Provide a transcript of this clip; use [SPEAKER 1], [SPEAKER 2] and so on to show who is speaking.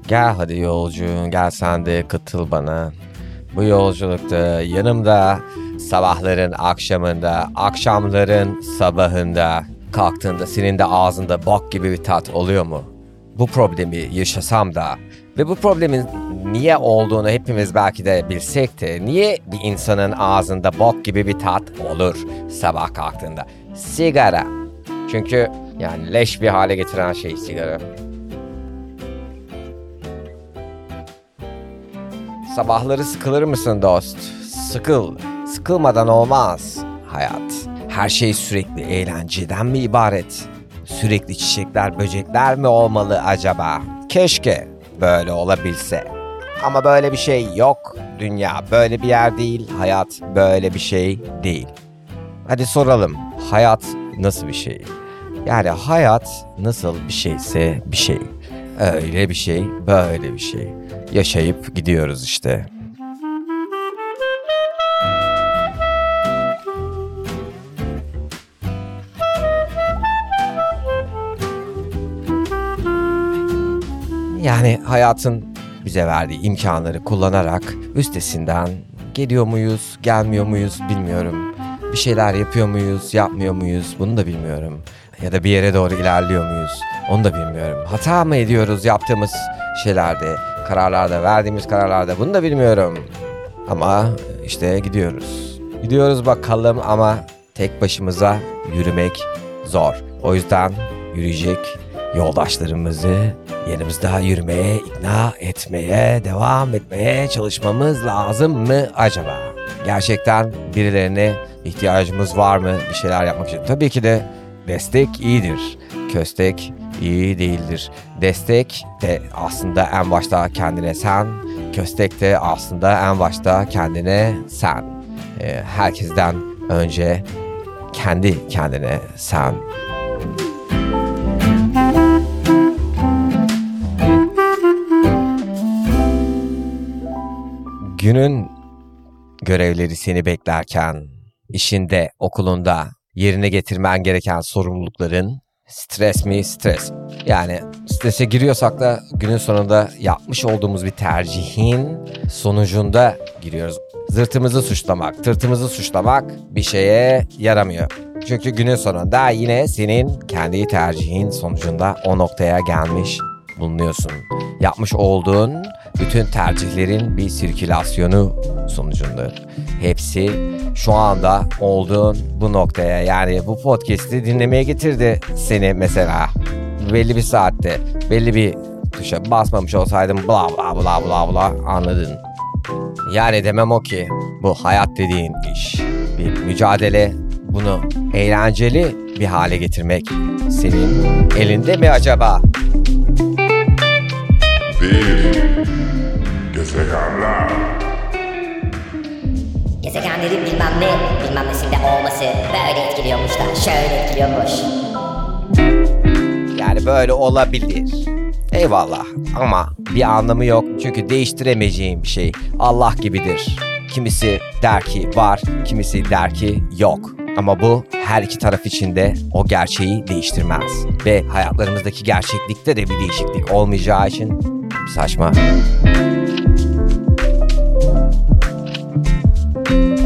[SPEAKER 1] Gel hadi yolcu, gel sen de katıl bana. Bu yolculukta yanımda sabahların akşamında, akşamların sabahında kalktığında senin de ağzında bok gibi bir tat oluyor mu? Bu problemi yaşasam da ve bu problemin niye olduğunu hepimiz belki de bilsek de niye bir insanın ağzında bok gibi bir tat olur sabah kalktığında? Sigara. Çünkü yani leş bir hale getiren şey sigara. Sabahları sıkılır mısın dost? Sıkıl. Sıkılmadan olmaz hayat. Her şey sürekli eğlenceden mi ibaret? Sürekli çiçekler, böcekler mi olmalı acaba? Keşke böyle olabilse. Ama böyle bir şey yok. Dünya böyle bir yer değil. Hayat böyle bir şey değil. Hadi soralım. Hayat nasıl bir şey? Yani hayat nasıl bir şeyse bir şey. Öyle bir şey, böyle bir şey. Yaşayıp gidiyoruz işte. Yani hayatın bize verdiği imkanları kullanarak üstesinden geliyor muyuz, gelmiyor muyuz bilmiyorum. Bir şeyler yapıyor muyuz, yapmıyor muyuz bunu da bilmiyorum. Ya da bir yere doğru ilerliyor muyuz onu da bilmiyorum. Hata mı ediyoruz yaptığımız şeylerde, kararlarda, verdiğimiz kararlarda bunu da bilmiyorum. Ama işte gidiyoruz. Gidiyoruz bakalım ama tek başımıza yürümek zor. O yüzden yürüyecek yoldaşlarımızı yanımızda yürümeye, ikna etmeye, devam etmeye çalışmamız lazım mı acaba? Gerçekten birilerine ihtiyacımız var mı bir şeyler yapmak için? Tabii ki de destek iyidir. Köstek iyi değildir. Destek de aslında en başta kendine sen, köstek de aslında en başta kendine sen. Herkesten önce kendi kendine sen. Günün görevleri seni beklerken, işinde, okulunda yerine getirmen gereken sorumlulukların stres mi? Stres. Yani strese giriyorsak da günün sonunda yapmış olduğumuz bir tercihin sonucunda giriyoruz. Zırtımızı suçlamak, tırtımızı suçlamak bir şeye yaramıyor. Çünkü günün sonunda yine senin kendi tercihin sonucunda o noktaya gelmiş bulunuyorsun. Yapmış olduğun bütün tercihlerin bir sirkülasyonu sonucunda. Hepsi şu anda olduğun bu noktaya, yani bu podcast'i dinlemeye getirdi seni mesela. Belli bir saatte, belli bir tuşa basmamış olsaydım bla bla bla bla bla, anladın. Yani demem o ki bu hayat dediğin iş bir mücadele, bunu eğlenceli bir hale getirmek senin elinde mi acaba?
[SPEAKER 2] Gezegenler.
[SPEAKER 3] Gezegenlerin bilmem nesinde olması böyle etkiliyormuş da şöyle etkiliyormuş.
[SPEAKER 1] Yani böyle olabilir. Eyvallah ama bir anlamı yok. Çünkü değiştiremeyeceğim bir şey Allah gibidir. Kimisi der ki var, kimisi der ki yok. Ama bu her iki taraf için de o gerçeği değiştirmez. Ve hayatlarımızdaki gerçeklikte de bir değişiklik olmayacağı için saçma.